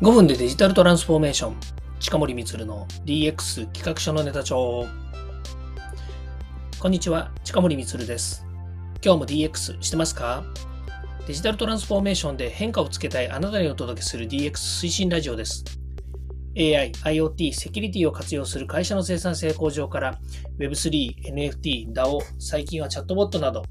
5分でデジタルトランスフォーメーション、近森光の DX 企画書のネタ帳。こんにちは、近森光です。今日も DX してますか？デジタルトランスフォーメーションで変化をつけたいあなたにお届けする DX 推進ラジオです。AI、IoT、セキュリティを活用する会社の生産性向上から Web3、NFT、DAO、最近はチャットボットなど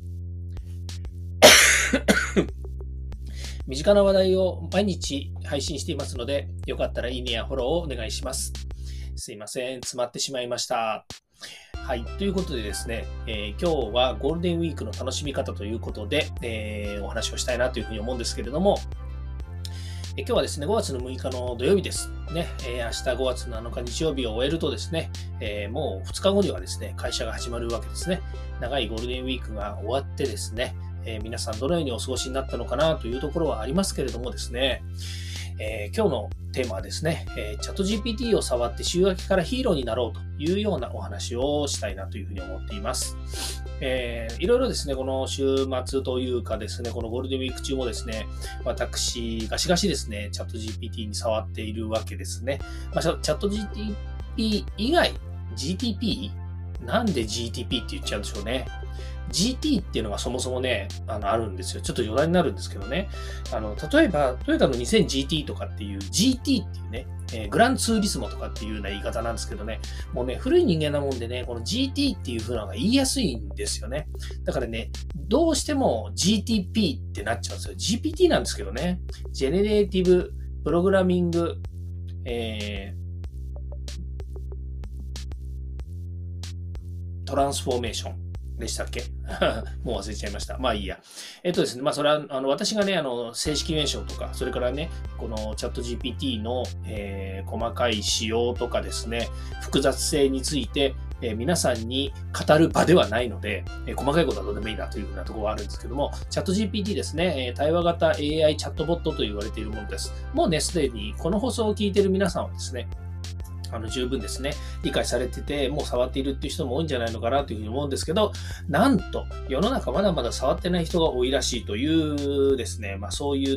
身近な話題を毎日配信していますので、よかったらいいねやフォローをお願いします。すいません、詰まってしまいました。はい、ということでですね、今日はゴールデンウィークの楽しみ方ということで、お話をしたいなというふうに思うんですけれども、今日はですね、5月の6日の土曜日です。ね、明日5月7日日曜日を終えるとですね、もう2日後にはですね、会社が始まるわけですね。長いゴールデンウィークが終わってですね、皆さんどのようにお過ごしになったのかなというところはありますけれどもですね、今日のテーマはですね、チャット GPT を触って週明けからヒーローになろうというようなお話をしたいなというふうに思っています。いろいろですね、この週末というかですね、このゴールデンウィーク中もですね、私、ガシガシですね、チャット GPT に触っているわけですね。チャット GTP 以外、GTP？ なんで GTP って言っちゃうんでしょうね。GT っていうのがそもそもね、あるんですよ。ちょっと余談になるんですけどね。例えば、トヨタの 2000GT とかっていう GT っていうね、グランツーリスモとかっていうような言い方なんですけどね、もうね、古い人間なもんでね、この GT っていう風なのが言いやすいんですよね。だからね、どうしても GTP ってなっちゃうんですよ。GPT なんですけどね、ジェネレーティブプログラミング、トランスフォーメーション。でしたっけもう忘れちゃいました。まあいいや。ですね、それは、私がね、正式名称とか、それからね、このチャット GPT の、細かい仕様とかですね、複雑性について、皆さんに語る場ではないので、細かいことはどうでもいいなというふうなところはあるんですけども、チャット GPT ですね、対話型 AI チャットボットと言われているものです。もうね、すでにこの放送を聞いている皆さんはですね、十分ですね、理解されてて、もう触っているっていう人も多いんじゃないのかなというふうに思うんですけど、なんと、世の中まだまだ触ってない人が多いらしいというですね、そういった、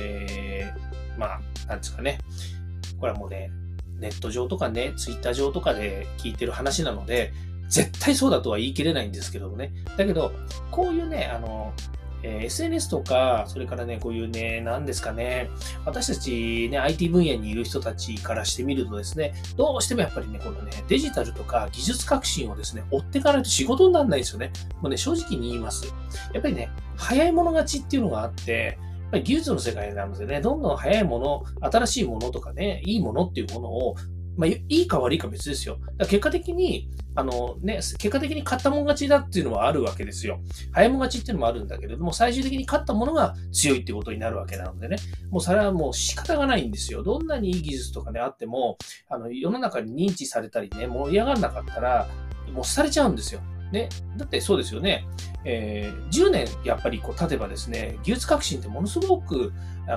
なんですかね、これはもうね、ネット上とかね、ツイッター上とかで聞いてる話なので、絶対そうだとは言い切れないんですけどもね。だけど、こういうね、SNS とか、それからね、こういうね、何ですかね、私たちね、IT 分野にいる人たちからしてみるとですね、どうしてもやっぱりね、このね、デジタルとか技術革新をですね、追っていかないと仕事にならないんですよね。もうね、正直に言います。やっぱりね、早い者勝ちっていうのがあって、やっぱり技術の世界なのでね、どんどん早いもの、新しいものとかね、いいものっていうものをいいか悪いか別ですよ。だから結果的に、結果的に勝ったもん勝ちだっていうのはあるわけですよ。早いもん勝ちっていうのもあるんだけれども、最終的に勝ったものが強いっていうことになるわけなのでね。もうそれはもう仕方がないんですよ。どんなにいい技術とかであっても、世の中に認知されたりね、盛り上がらなかったら、もうされちゃうんですよ。ね。だってそうですよね。10年やっぱりこう経てばですね、技術革新ってものすごく、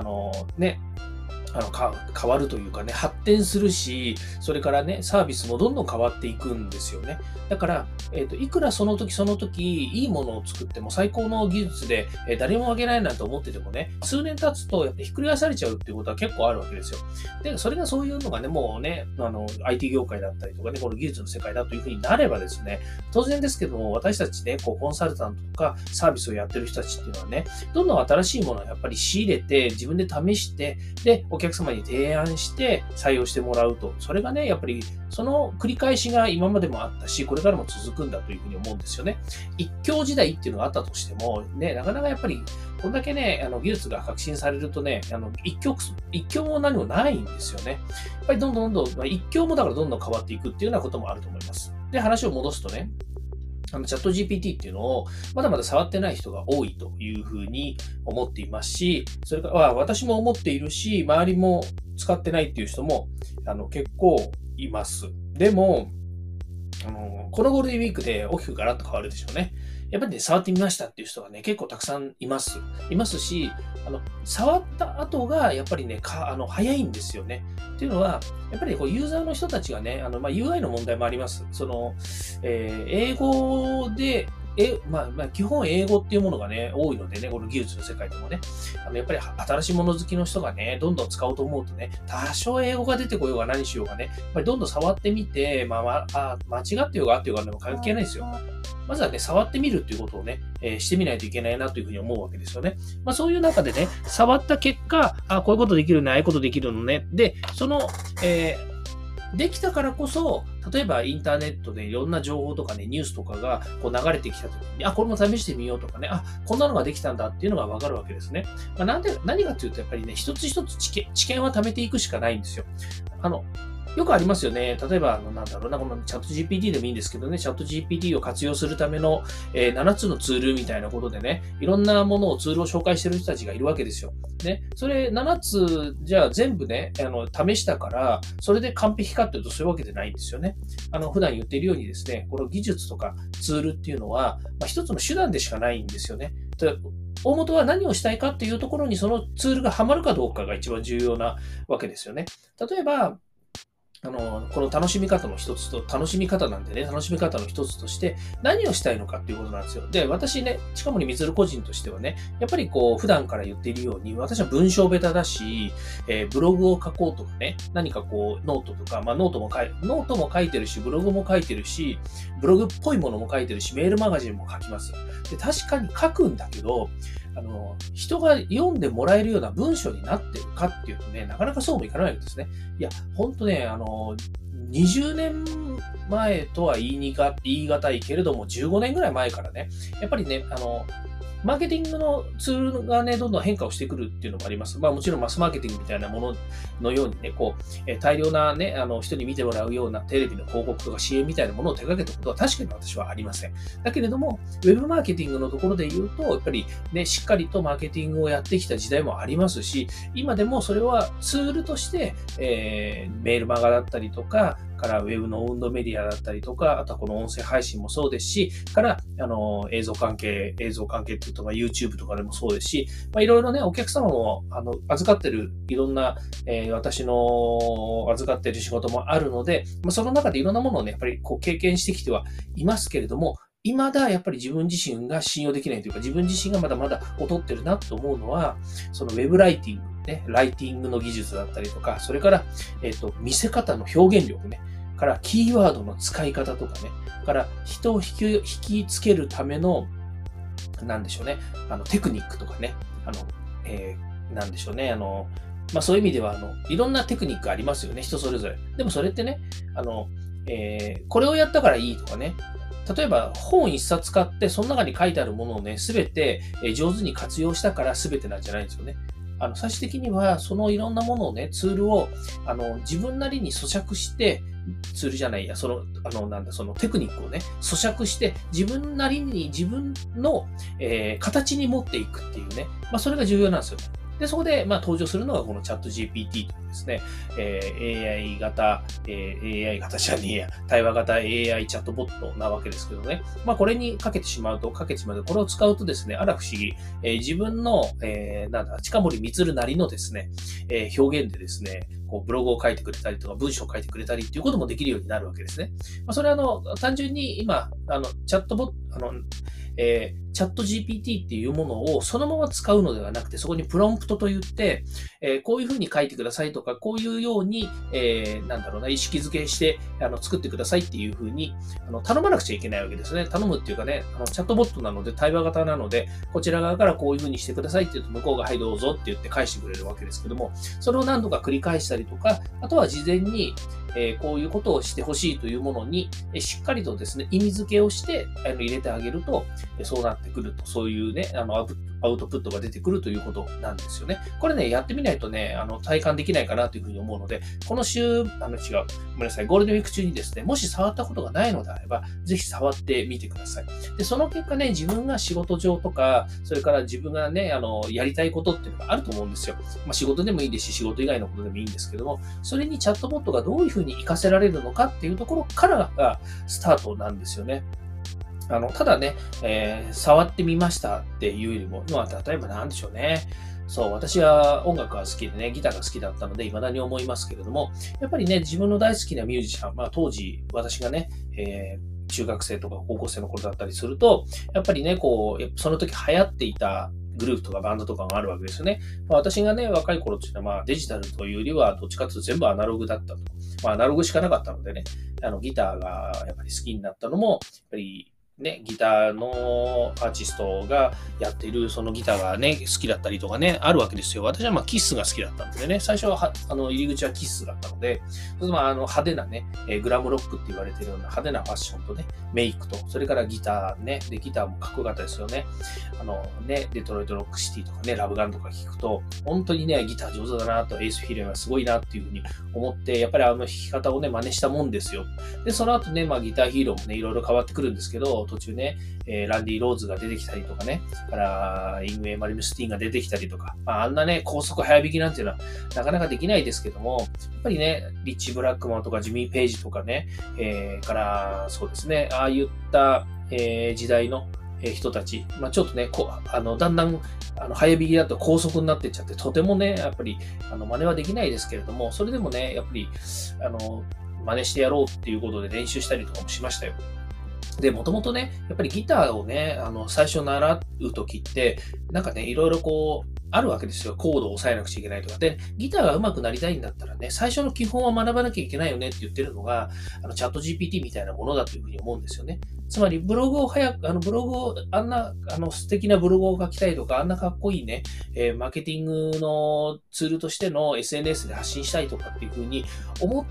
変わるというかね、発展するし、それからね、サービスもどんどん変わっていくんですよね。だから、いくらその時その時、いいものを作っても最高の技術で、誰もあげないなんて思っててもね、数年経つとやっぱひっくり返されちゃうっていうことは結構あるわけですよ。で、それがそういうのがね、もうね、IT 業界だったりとかね、この技術の世界だというふうになればですね、当然ですけども、私たちね、こう、コンサルタントとかサービスをやってる人たちっていうのはね、どんどん新しいものをやっぱり仕入れて、自分で試して、で、お客様に提案して採用してもらうと。それがね、やっぱりその繰り返しが今までもあったし、これからも続くんだというふうに思うんですよね。一強時代っていうのがあったとしても、ね、なかなかやっぱり、こんだけね、技術が革新されるとね、一強も何もないんですよね。やっぱりどんどん一強もだからどんどん変わっていくっていうようなこともあると思います。で、話を戻すとね、チャット GPT っていうのをまだまだ触ってない人が多いというふうに思っていますし、それから私も思っているし、周りも使ってないっていう人も結構います。でも、このゴールデンウィークで大きくガラッと変わるでしょうね。やっぱりね、触ってみましたっていう人がね、結構たくさんいます。いますし、触った後がやっぱりね、早いんですよね。っていうのは、やっぱりこうユーザーの人たちがね、UI の問題もあります。英語で基本英語っていうものがね、多いのでね、この技術の世界でもね、やっぱり新しいもの好きの人がね、どんどん使おうと思うとね、多少英語が出てこようが何しようがね、やっぱりどんどん触ってみて、間違ってようがあってようがでも関係ないですよ。まずはね、触ってみるっていうことをね、してみないといけないなというふうに思うわけですよね。そういう中でね、触った結果、こういうことできるね、ああいうことできるのね。で、できたからこそ、例えばインターネットでいろんな情報とかね、ニュースとかがこう流れてきたときに、これも試してみようとかね、こんなのができたんだっていうのがわかるわけですね。何かっていうと、やっぱりね、一つ一つ知見は貯めていくしかないんですよ。よくありますよね。例えば、このチャット GPT でもいいんですけどね、チャット GPT を活用するための、7つのツールみたいなことでね、いろんなものをツールを紹介してる人たちがいるわけですよ。ね、それ7つ、じゃあ全部ね、試したから、それで完璧かっていうとそういうわけじゃないんですよね。普段言っているようにですね、この技術とかツールっていうのは、一つの手段でしかないんですよね。大元は何をしたいかっていうところにそのツールがはまるかどうかが一番重要なわけですよね。例えば、この楽しみ方の一つと、楽しみ方なんでね、楽しみ方の一つとして、何をしたいのかっていうことなんですよ。で、私ね、近森光個人としてはね、やっぱりこう、普段から言っているように、私は文章ベタだし、ブログを書こうとかね、何かこう、ノートとか、ノートも書いてるし、ブログも書いてるし、ブログっぽいものも書いてるし、メールマガジンも書きます。で、確かに書くんだけど、人が読んでもらえるような文章になってるかっていうとね、なかなかそうもいかないわけですね。いや、ほんとね、20年前とは言い難いけれども、15年ぐらい前からね、やっぱりね、マーケティングのツールがね、どんどん変化をしてくるっていうのもあります。もちろんマスマーケティングみたいなもののようにね、大量なね、人に見てもらうようなテレビの広告とか CM みたいなものを手掛けたことは確かに私はありません。だけれども、ウェブマーケティングのところで言うと、やっぱりね、しっかりとマーケティングをやってきた時代もありますし、今でもそれはツールとして、メールマガだったりとか、からウェブの運動メディアだったりとか、あとはこの音声配信もそうですし、から映像関係っていうと、YouTube とかでもそうですし、いろいろね、お客様も預かってるいろんな、私の預かってる仕事もあるので、その中でいろんなものをね、やっぱりこう経験してきてはいますけれども、未だやっぱり自分自身が信用できないというか、自分自身がまだまだ劣ってるなと思うのは、そのウェブライティングね、ライティングの技術だったりとか、それから、見せ方の表現力ね、からキーワードの使い方とかね、から人を引きつけるための、なんでしょうね、テクニックとかね、なんでしょうね、そういう意味ではいろんなテクニックありますよね、人それぞれ。でもそれってね、これをやったからいいとかね、例えば本一冊買って、その中に書いてあるものをね、すべて上手に活用したからすべてなんじゃないんですよね。最終的には、そのいろんなものをね、ツールを、自分なりに咀嚼して、ツールじゃないや、そのテクニックをね、咀嚼して、自分なりに自分の、形に持っていくっていうね、それが重要なんですよね。で、そこで、登場するのがこのチャット GPT というですね、AI 型じゃねえや、対話型 AI チャットボットなわけですけどね。これにかけてしまうと、これを使うとですね、あら不思議、自分の、近森光なりのですね、表現でですね、ブログを書いてくれたりとか、文章を書いてくれたりっていうこともできるようになるわけですね。それは単純に今、チャット GPT っていうものをそのまま使うのではなくて、そこにプロンプトと言って、こういうふうに書いてくださいとか、こういうように、意識づけして作ってくださいっていうふうに頼まなくちゃいけないわけですね。頼むっていうかね、チャットボットなので、対話型なので、こちら側からこういうふうにしてくださいって言うと、向こうがはいどうぞって言って返してくれるわけですけども、それを何度か繰り返したりとか、あとは事前にこういうことをしてほしいというものに、しっかりとですね、意味付けをして入れてあげると、そうなってくると、そういうね、アウトプットが出てくるということなんですよね。これね、やってみないとね、体感できないかなというふうに思うので、この週、ごめんなさい、ゴールデンウィーク中にですね、もし触ったことがないのであれば、ぜひ触ってみてください。で、その結果ね、自分が仕事上とか、それから自分がね、やりたいことっていうのがあると思うんですよ。仕事でもいいですし、仕事以外のことでもいいんですけども、それにチャットボットがどういうふうに活かせられるのかっていうところからがスタートなんですよね。ただね、触ってみましたっていうよりも、例えばなんでしょうね。そう、私は音楽が好きでね、ギターが好きだったので、未だに思いますけれども、やっぱりね、自分の大好きなミュージシャン、当時、私がね、 中学生とか高校生の頃だったりすると、やっぱりね、その時流行っていたグループとかバンドとかがあるわけですよね。私がね、若い頃っていうのは、デジタルというよりは、どっちかというと全部アナログだったと。アナログしかなかったのでね、ギターがやっぱり好きになったのも、やっぱりね、ギターのアーティストがやっているそのギターがね、好きだったりとかね、あるわけですよ。私はキッスが好きだったのでね、最初は入り口はキッスだったので、派手なね、グラムロックって言われているような派手なファッションとね、メイクと、それからギターね、で、ギターもかっこよかったですよね。デトロイトロックシティとかね、ラブガンとか聞くと、本当にね、ギター上手だなと、エース・フィレンはすごいなっていうふうに思って、やっぱり弾き方をね、真似したもんですよ。で、その後ね、ギターヒーローもね、いろいろ変わってくるんですけど、途中ね、ランディ・ローズが出てきたりとかね、からイングウェイ・マリムスティンが出てきたりとか、あんなね、高速早弾きなんていうのはなかなかできないですけども、やっぱりね、リッチ・ブラックマンとかジミー・ペイジとかね、からそうですね、ああいった、時代の人たち、ちょっとね、だんだん早弾きだと高速になってっちゃって、とてもね、やっぱり真似はできないですけれども、それでもね、やっぱり真似してやろうっていうことで練習したりとかもしましたよ。で、もともとね、やっぱりギターをね、最初習うときって、なんかね、いろいろあるわけですよ。コードを押さえなくちゃいけないとか。で、ギターが上手くなりたいんだったらね、最初の基本は学ばなきゃいけないよねって言ってるのが、チャット GPT みたいなものだというふうに思うんですよね。つまり、ブログを素敵なブログを書きたいとか、あんなかっこいいね、マーケティングのツールとしての SNS で発信したいとかっていうふうに思って、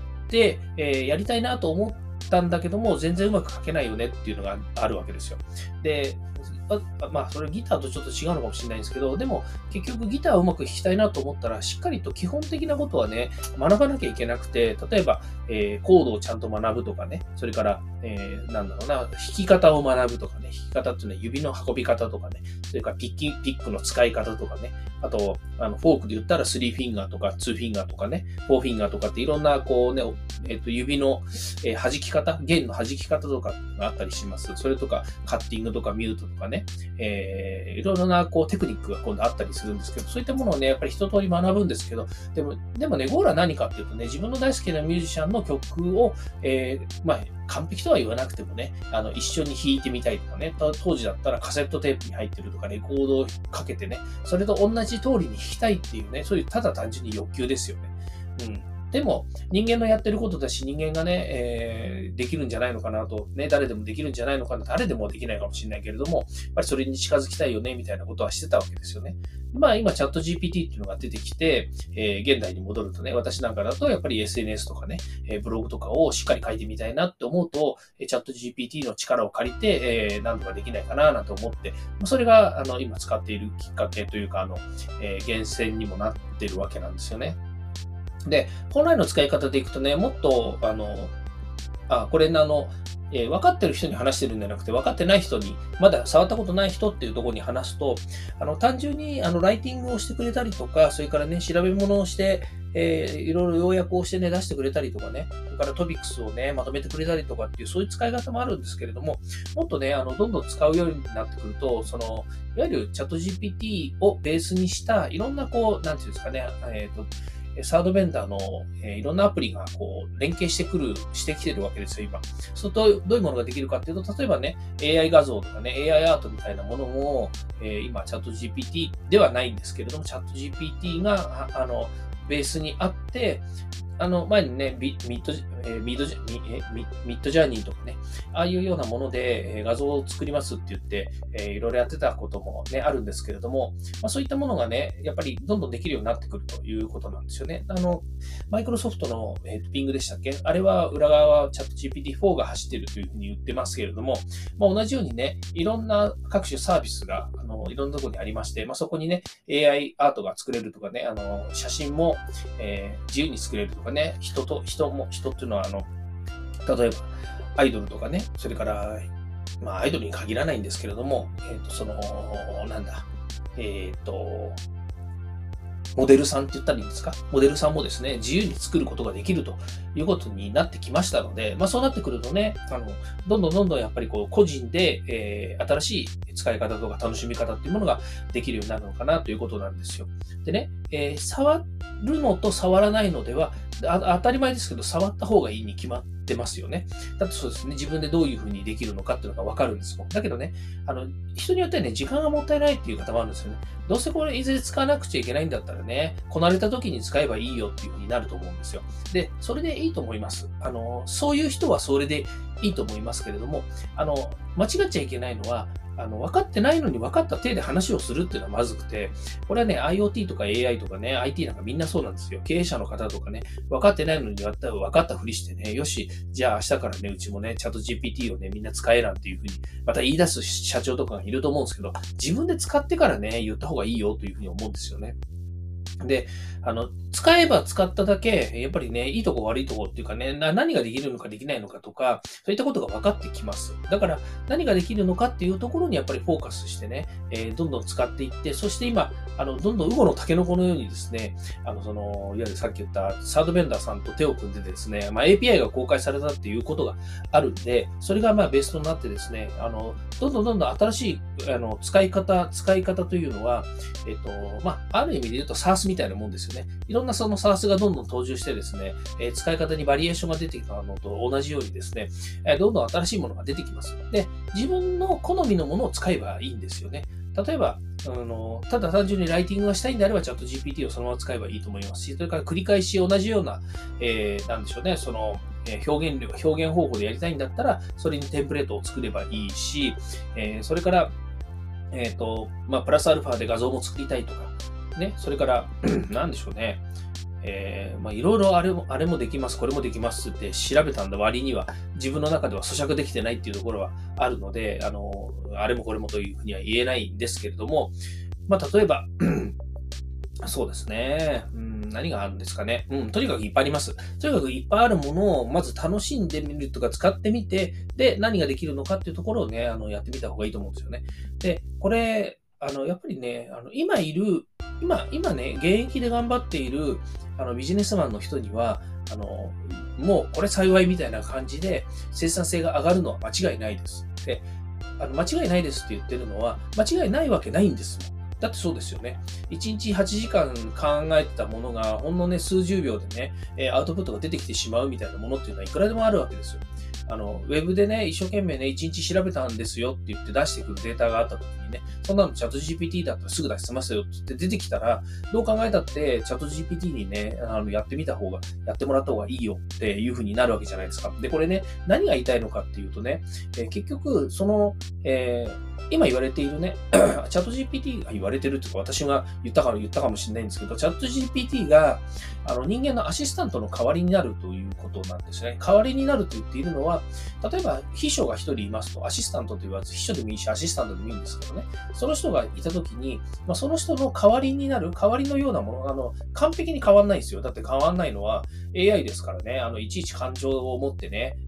やりたいなと思ったんだけども、全然うまく書けないよねっていうのがあるわけですよ。で、それギターとちょっと違うのかもしれないんですけど、でも結局ギターをうまく弾きたいなと思ったら、しっかりと基本的なことはね、学ばなきゃいけなくて、例えば、コードをちゃんと学ぶとかね、それから、弾き方を学ぶとかね、弾き方っていうのは指の運び方とかね、それからピックの使い方とかね、あと、フォークで言ったら3フィンガーとか2フィンガーとかね、4フィンガーとかっていろんな指の、弾き方、弦の弾き方とかがあったりします。それとか、カッティングとかミュートとかね、いろいろなテクニックが今度あったりするんですけど、そういったものをね、やっぱり一通り学ぶんですけど、でもね、ゴールは何かっていうとね、自分の大好きなミュージシャンの曲を、完璧とは言わなくてもね、一緒に弾いてみたいとかね、当時だったらカセットテープに入ってるとか、レコードをかけてね、それと同じ通りに弾きたいっていうね、そういうただ単純に欲求ですよね。でも、人間のやってることだし、人間がね、できるんじゃないのかなと、ね、誰でもできるんじゃないのかな、誰でもできないかもしれないけれども、やっぱりそれに近づきたいよね、みたいなことはしてたわけですよね。今、チャット GPT っていうのが出てきて、現代に戻るとね、私なんかだと、やっぱり SNS とかね、ブログとかをしっかり書いてみたいなって思うと、チャット GPT の力を借りて、何とかできないかな、なんて思って、それが、今使っているきっかけというか、源泉にもなってるわけなんですよね。で、本来の使い方でいくとね、もっと、これ分かってる人に話してるんじゃなくて、分かってない人に、まだ触ったことない人っていうところに話すと、単純に、ライティングをしてくれたりとか、それからね、調べ物をして、いろいろ要約をしてね、出してくれたりとかね、それからトピックスをね、まとめてくれたりとかっていう、そういう使い方もあるんですけれども、もっとね、どんどん使うようになってくると、いわゆるチャット GPT をベースにした、いろんななんていうんですかね、サードベンダーの、いろんなアプリが連携してきてるわけですよ、今。そうすると、どういうものができるかっていうと、例えばね、AI 画像とかね、AI アートみたいなものも、今、チャット GPT ではないんですけれども、チャット GPT が、ベースにあって、前にね、ミッドジャーニーとかね、ああいうようなもので画像を作りますって言って、いろいろやってたこともね、あるんですけれども、そういったものがね、やっぱりどんどんできるようになってくるということなんですよね。マイクロソフトの、ピングでしたっけ？あれは裏側はチャット GPT-4 が走っているというふうに言ってますけれども、同じようにね、いろんな各種サービスが、いろんなところにありまして、そこにね、AI アートが作れるとかね、写真も、自由に作れるとかね、人っていうのは、例えば、アイドルとかね、それから、アイドルに限らないんですけれども、モデルさんって言ったらいいんですか？モデルさんもですね、自由に作ることができるということになってきましたので、そうなってくるとね、どんどんやっぱり個人で、新しい使い方とか楽しみ方っていうものができるようになるのかなということなんですよ。でね、触るのと触らないのでは、 当たり前ですけど、触った方がいいに決まってますよね。だってそうですね、自分でどういうふうにできるのかっていうのがわかるんですもん。だけどね、人によってはね、時間がもったいないっていう方もあるんですよね。どうせこれいずれ使わなくちゃいけないんだったらね、こなれた時に使えばいいよっていうふうになると思うんですよ。で、それでいいと思います。そういう人はそれでいいと思いますけれども、間違っちゃいけないのは、分かってないのに分かった体で話をするっていうのはまずくて、これはね、IoT とか AI とかね、IT なんかみんなそうなんですよ。経営者の方とかね、分かってないのに分かったふりしてね、よし、じゃあ明日からね、うちもね、チャット GPT をね、みんな使えなんていうふうに、また言い出す社長とかがいると思うんですけど、自分で使ってからね、言った方がいいよというふうに思うんですよね。で、使えば使っただけ、やっぱりね、いいとこ悪いとこっていうかね、何ができるのかできないのかとか、そういったことが分かってきます。だから、何ができるのかっていうところにやっぱりフォーカスしてね、どんどん使っていって、そして今、どんどんウゴのタケノコのようにですね、いわゆるさっき言ったサードベンダーさんと手を組んでですね、API が公開されたっていうことがあるんで、それがベースとなってですね、どんどん新しい、使い方というのは、ある意味で言うと SaaS みたいなもんですよね。いろんなその SaaS がどんどん登場してですね、使い方にバリエーションが出てきたのと同じようにですね、どんどん新しいものが出てきます。で、自分の好みのものを使えばいいんですよね。例えば、ただ単純にライティングがしたいんであれば、チャット GPT をそのまま使えばいいと思いますし、それから繰り返し同じような、なんでしょうね、表現方法でやりたいんだったら、それにテンプレートを作ればいいし、それから、プラスアルファで画像も作りたいとか、ね、それから、なんでしょうね。いろいろあれもできます、これもできますって調べたんだ割には、自分の中では咀嚼できてないっていうところはあるので、あれもこれもというふうには言えないんですけれども、例えば、そうですね。何があるんですかね。とにかくいっぱいあります。とにかくいっぱいあるものをまず楽しんでみるとか使ってみて、で、何ができるのかっていうところをね、やってみた方がいいと思うんですよね。で、これ、やっぱりね、今ね、現役で頑張っている、ビジネスマンの人には、もうこれ幸いみたいな感じで生産性が上がるのは間違いないです。で、間違いないですって言ってるのは、間違いないわけないんですもん。だってそうですよね。1日8時間考えてたものが、ほんのね、数十秒でね、アウトプットが出てきてしまうみたいなものっていうのはいくらでもあるわけですよ。ウェブでね、一生懸命ね、1日調べたんですよって言って出してくるデータがあった時にね、そんなのチャット GPT だったらすぐ出せますよって言って出てきたら、どう考えたってチャット GPT にね、やってもらった方がいいよっていう風になるわけじゃないですか。で、これね、何が言いたいのかっていうとね、結局、今言われているね、チャット GPT が言われてるっていうか、私が言ったかもしれないんですけど、チャット GPT が人間のアシスタントの代わりになるということなんですね。代わりになると言っているのは、例えば秘書が一人いますと、アシスタントと言わず、秘書でもいいし、アシスタントでもいいんですけどね、その人がいたときに、その人の代わりになる、代わりのようなもの、完璧に変わんないんですよ。だって変わんないのは AI ですからね、いちいち感情を持ってね、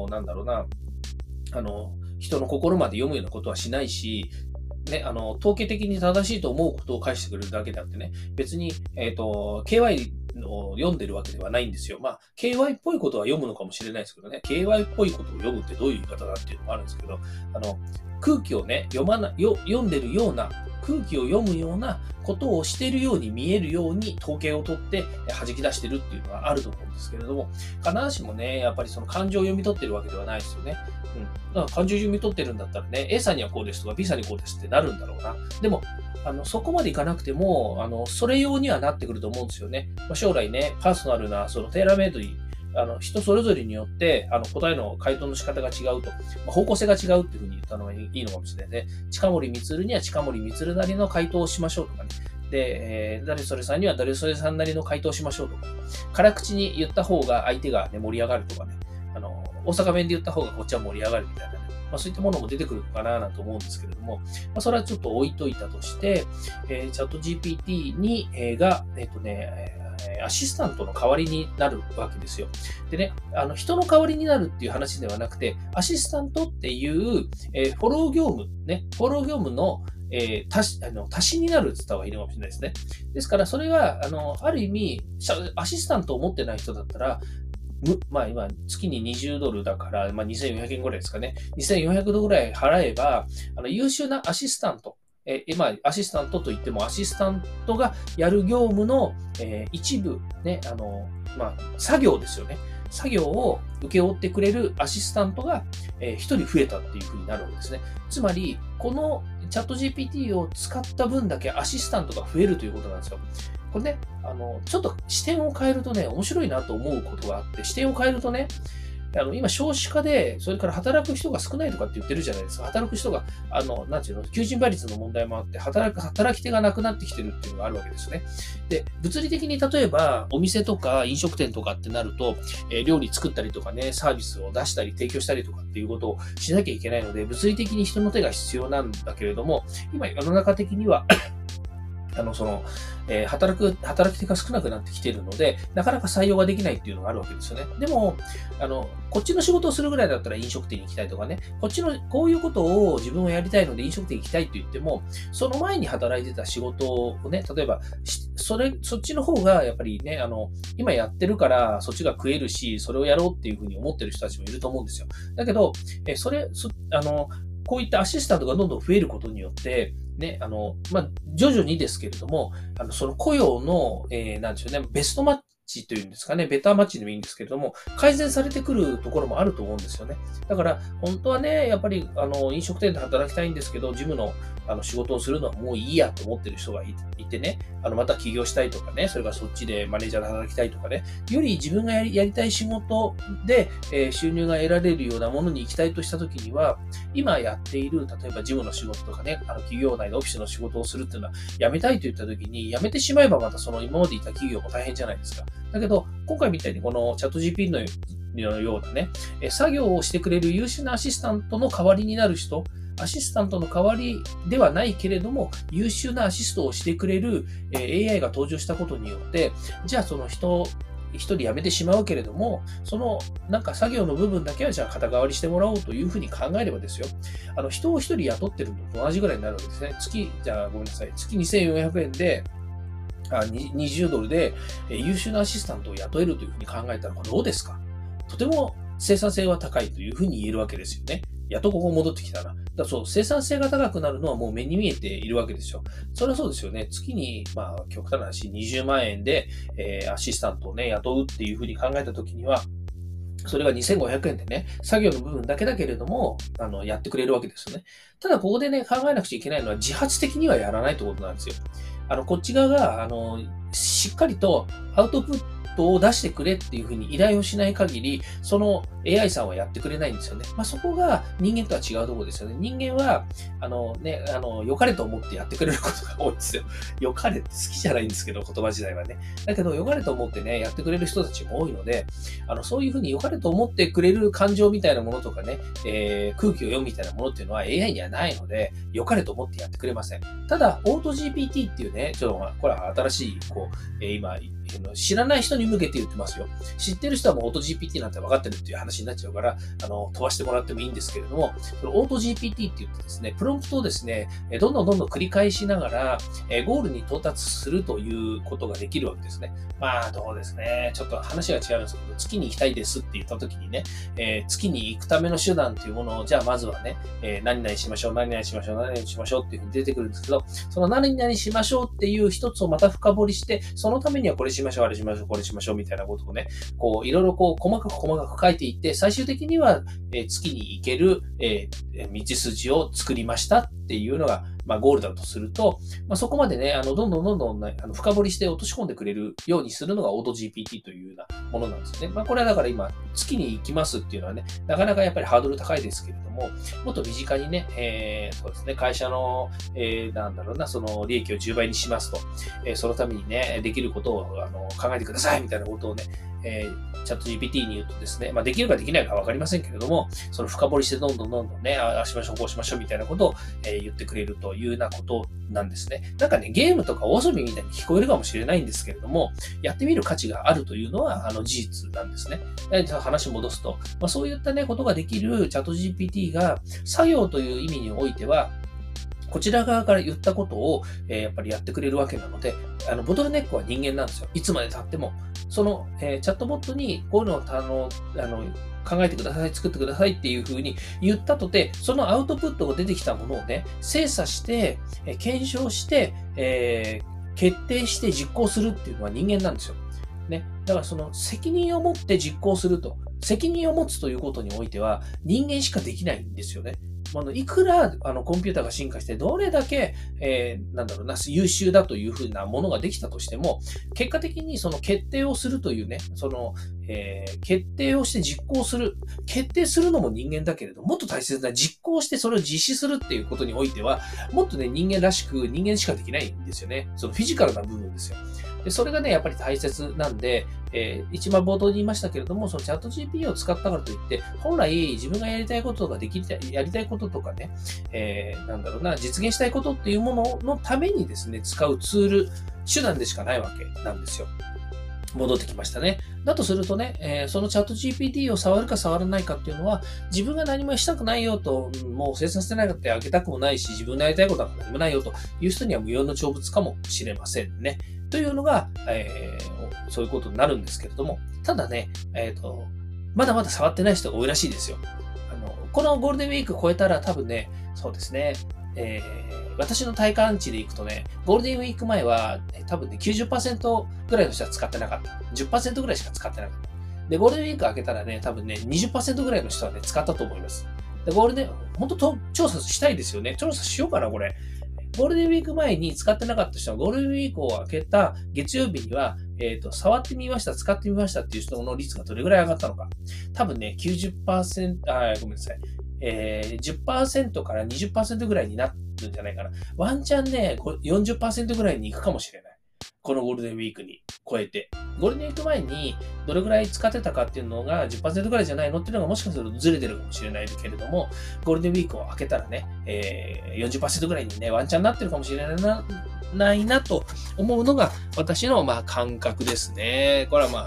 人の心まで読むようなことはしないし、ね、統計的に正しいと思うことを返してくれるだけであってね、別に、KY を読んでるわけではないんですよ。KY っぽいことは読むのかもしれないですけどね、KY っぽいことを読むってどういう言い方だっていうのもあるんですけど、空気をね、読んでるような、空気を読むようなことをしているように見えるように統計を取って弾き出してるっていうのはあると思うんですけれども、必ずしもね、やっぱりその感情を読み取ってるわけではないですよね。だから感情を読み取ってるんだったらね、A さんにはこうですとか B さんにこうですってなるんだろうな。でも、そこまでいかなくても、それ用にはなってくると思うんですよね。将来ね、パーソナルな、テーラーメイドに人それぞれによって、答えの回答の仕方が違うと、方向性が違うっていうふうに言ったのがいいのかもしれないね。近森光には近森光なりの回答をしましょうとかね。で、誰それさんには誰それさんなりの回答をしましょうとか。辛口に言った方が相手がね、盛り上がるとかね。大阪弁で言った方がこっちは盛り上がるみたいなね。そういったものも出てくるのかなと思うんですけれども、それはちょっと置いといたとして、チャット GPT が、アシスタントの代わりになるわけですよ。でね、人の代わりになるっていう話ではなくて、アシスタントっていう、フォロー業務の足しになるって言った方がいいのかもしれないですね。ですから、それは、ある意味、アシスタントを持ってない人だったら、今、月に$20だから、2400円ぐらいですかね。2400ドルぐらい払えば、優秀なアシスタントまあ、アシスタントといっても、アシスタントがやる業務の、一部、ね、まあ、作業ですよね。作業を請け負ってくれるアシスタントが、一人増えたっていう風になるわけですね。つまり、このチャット GPT を使った分だけアシスタントが増えるということなんですよ。これね、ちょっと視点を変えるとね、面白いなと思うことがあって、視点を変えるとね、今少子化で、それから働く人が少ないとかって言ってるじゃないですか。働く人が、なんていうの、求人倍率の問題もあって、働き手がなくなってきてるっていうのがあるわけですね。で、物理的に例えば、お店とか飲食店とかってなると、料理作ったりとかね、サービスを出したり提供したりとかっていうことをしなきゃいけないので、物理的に人の手が必要なんだけれども、今世の中的には働き手が少なくなってきているので、なかなか採用ができないっていうのがあるわけですよね。でも、こっちの仕事をするぐらいだったら飲食店に行きたいとかね、こういうことを自分はやりたいので飲食店に行きたいって言っても、その前に働いてた仕事をね、例えば、そっちの方がやっぱりね、今やってるからそっちが食えるし、それをやろうっていうふうに思ってる人たちもいると思うんですよ。だけど、こういったアシスタントがどんどん増えることによって、ね、まあ、徐々にですけれども、その雇用の、なんでしょうね、ベストマッチというんですかね、ベターマッチでもいいんですけれども、改善されてくるところもあると思うんですよね。だから、本当はね、やっぱり、飲食店で働きたいんですけど、事務の、仕事をするのはもういいやと思ってる人がいてね、また起業したいとかね、それからそっちでマネージャーで働きたいとかね、より自分がやりたい仕事で、収入が得られるようなものに行きたいとしたときには、今やっている、例えば事務の仕事とかね、企業内のオフィスの仕事をするっていうのは、辞めたいと言ったときに、辞めてしまえばまたその今までいた企業も大変じゃないですか。だけど、今回みたいにこのチャット GP のようなね、作業をしてくれる優秀なアシスタントの代わりになる人、アシスタントの代わりではないけれども、優秀なアシストをしてくれる AI が登場したことによって、じゃあその一人辞めてしまうけれども、そのなんか作業の部分だけはじゃあ肩代わりしてもらおうというふうに考えればですよ。人を一人雇ってるのと同じぐらいになるわけですね。月2400円で、20ドルで優秀なアシスタントを雇えるというふうに考えたら、これどうですか？とても生産性は高いというふうに言えるわけですよね。やっとここ戻ってきたな。だからそう、生産性が高くなるのはもう目に見えているわけですよ。それはそうですよね。月に、まあ、極端な話、20万円で、アシスタントをね、雇うっていうふうに考えたときには、それが2500円でね、作業の部分だけだけれども、やってくれるわけですよね。ただ、ここでね、考えなくちゃいけないのは、自発的にはやらないってことなんですよ。こっち側が、しっかりとアウトプットを出してくれっていうふうに依頼をしない限り、その AI さんはやってくれないんですよね。まあ、そこが人間とは違うところですよね。人間は、良かれと思ってやってくれることが多いんですよ。良かれって好きじゃないんですけど、言葉自体はね。だけど、良かれと思ってね、やってくれる人たちも多いので、そういうふうに良かれと思ってくれる感情みたいなものとかね、空気を読むみたいなものっていうのは AI にはないので、良かれと思ってやってくれません。ただ、オート GPT っていうね、これは新しい、今、知らない人に向けて言ってますよ。知ってる人はもうオート GPT なんて分かってるっていう話になっちゃうから、飛ばしてもらってもいいんですけれども、そのオート GPT って言ってですね、プロンプトをですね、どんどん繰り返しながら、ゴールに到達するということができるわけですね。まあ、どうですね。ちょっと話が違うんですけど、月に行きたいですって言った時にね、月に行くための手段っていうものを、じゃあまずはね、何々しましょう、何々しましょう、何々しましょうっていうふうに出てくるんですけど、その何々しましょうっていう一つをまた深掘りして、そのためにはこれしましょう、あれしましょう、これしましょうみたいなことをね、いろいろ細かく書いていって、最終的には、月に行ける、道筋を作りましたっていうのが、まあ、ゴールだとすると、まあ、そこまでね、どんどん、ね、深掘りして落とし込んでくれるようにするのがオート GPT というようなものなんですね。まあ、これはだから今、月に行きますっていうのはね、なかなかやっぱりハードル高いですけれども、もっと身近にね、そうですね、会社の、その利益を10倍にしますと、そのためにね、できることを考えてくださいみたいなことをね、チャット GPT に言うとですね、まあ、できるかできないかわかりませんけれども、その深掘りしてどんどんね、ああしましょう、こうしましょうみたいなことを、言ってくれるというようなことなんですね。なんかね、ゲームとかお遊びみたいに聞こえるかもしれないんですけれども、やってみる価値があるというのは、事実なんですね。話戻すと、まあ、そういったね、ことができるチャット GPT が、作業という意味においては、 こちら側から言ったことを、やっぱりやってくれるわけなので、ボトルネックは人間なんですよ。いつまで経っても。その、チャットボットに、こういうのを、考えてください、作ってくださいっていう風に言ったとて、そのアウトプットが出てきたものをね、精査して、検証して、決定して実行するっていうのは人間なんですよ。ね。だからその責任を持って実行すると。責任を持つということにおいては人間しかできないんですよね。いくらコンピューターが進化してどれだけ、優秀だというふうなものができたとしても、結果的にその決定をするというね、決定をして実行する。決定するのも人間だけれど、もっと大切な実行してそれを実施するっていうことにおいては、もっとね、人間らしく人間しかできないんですよね。そのフィジカルな部分ですよ。で、それがね、やっぱり大切なんで、一番冒頭に言いましたけれども、そのチャット GPT を使ったからといって、本来自分がやりたいことがやりたいこととかね、実現したいことっていうもののためにですね、使うツール、手段でしかないわけなんですよ。戻ってきましたね。だとするとね、そのチャット GPT を触るか触らないかっていうのは、自分が何もしたくないよと、もう生産してないかってあげたくもないし、自分のやりたいことは何もないよという人には無用の長物かもしれませんね。というのが、そういうことになるんですけれども、ただね、まだまだ触ってない人が多いらしいですよ。このゴールデンウィーク超えたら多分ね、そうですね、私の体感値でいくとね、ゴールデンウィーク前は多分ね、90% ぐらいの人は使ってなかった。10% ぐらいしか使ってなかった。で、ゴールデンウィーク明けたらね、多分ね、20% ぐらいの人はね、使ったと思います。で、本当調査したいですよね。調査しようかな、これ。ゴールデンウィーク前に使ってなかった人は、ゴールデンウィークを明けた月曜日には、触ってみました、使ってみましたっていう人の率がどれぐらい上がったのか。多分ね、90%、ごめんなさい。10% から 20% ぐらいになるんじゃないかな。ワンチャンね、40% ぐらいに行くかもしれない。このゴールデンウィークに超えて。ゴールデンウィーク前にどれぐらい使ってたかっていうのが 10% ぐらいじゃないのっていうのがもしかするとずれてるかもしれないけれども、ゴールデンウィークを明けたらね、40% ぐらいにね、ワンチャンになってるかもしれないなと思うのが私の感覚ですね。これは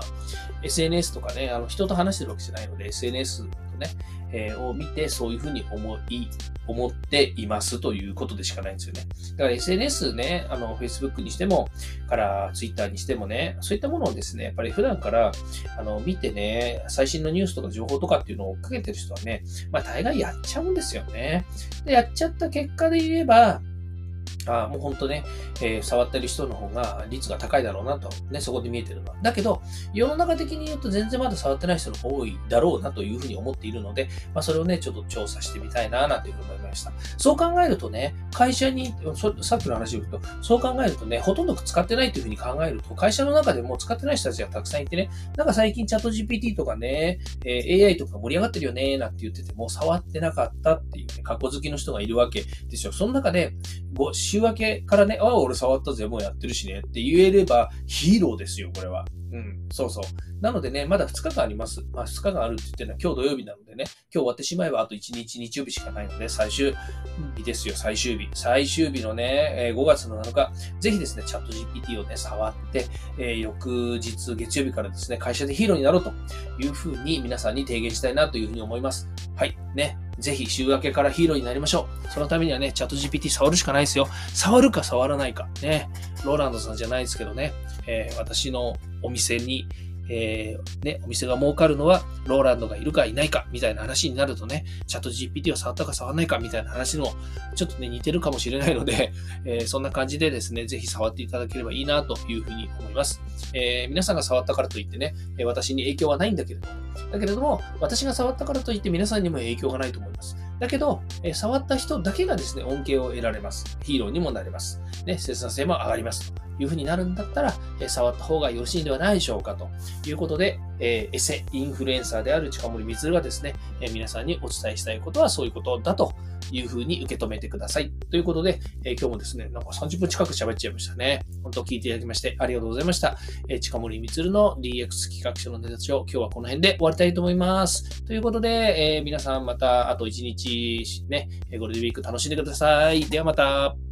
SNS とかね、人と話してるわけじゃないので、SNS とね、を見てそういうふうに思っていますということでしかないんですよね。だから SNS ね、Facebook にしても、から Twitter にしてもね、そういったものをですね、やっぱり普段から見てね、最新のニュースとか情報とかっていうのを追っかけてる人はね、大概やっちゃうんですよね。で、やっちゃった結果で言えば、もう本当ね、触ってる人の方が率が高いだろうなと、ね、そこで見えてるのは。だけど、世の中的に言うと全然まだ触ってない人の方が多いだろうなというふうに思っているので、それをね、ちょっと調査してみたいな、なんていうふうに思いました。そう考えるとね、会社に、さっきの話を言うと、そう考えるとね、ほとんど使ってないというふうに考えると、会社の中でも使ってない人たちがたくさんいてね、なんか最近チャット GPT とかね、AI とか盛り上がってるよね、なんて言ってても、触ってなかったっていうね、過去好きの人がいるわけですよ。その中で、週明けからね、俺触ったぜ、もうやってるしねって言えればヒーローですよ、これは。そうそう。なのでね、まだ2日間あります。2日間あるって言ってるのは今日土曜日なのでね、今日終わってしまえばあと1日日曜日しかないので、最終日ですよ、最終日。最終日のね、5月の7日、ぜひですね、チャット GPT をね、触って、翌日月曜日からですね、会社でヒーローになろうというふうに皆さんに提言したいなというふうに思います。はい。ね。ぜひ週明けからヒーローになりましょう。そのためにはね、チャット GPT 触るしかないですよ。触るか触らないか。ね。ローランドさんじゃないですけどね。私のお店に、お店が儲かるのはローランドがいるかいないかみたいな話になるとね、チャット GPT を触ったか触らないかみたいな話のちょっとね似てるかもしれないので、そんな感じでですね、ぜひ触っていただければいいなというふうに思います。皆さんが触ったからといってね、私に影響はないんだけれども、私が触ったからといって皆さんにも影響がないと思います。だけど、触った人だけがですね、恩恵を得られます。ヒーローにもなれます。ね、生産性も上がります。というふうになるんだったら、触った方がよろしいんではないでしょうかということで、エセインフルエンサーである近森光がですね、皆さんにお伝えしたいことはそういうことだというふうに受け止めてください。ということで、今日もですね、なんか30分近く喋っちゃいましたね。本当聞いていただきましてありがとうございました。近森光の DX 企画書のネタ帳、今日はこの辺で終わりたいと思います。ということで、皆さんまたあと1日ね、ゴールデンウィーク楽しんでください。ではまた。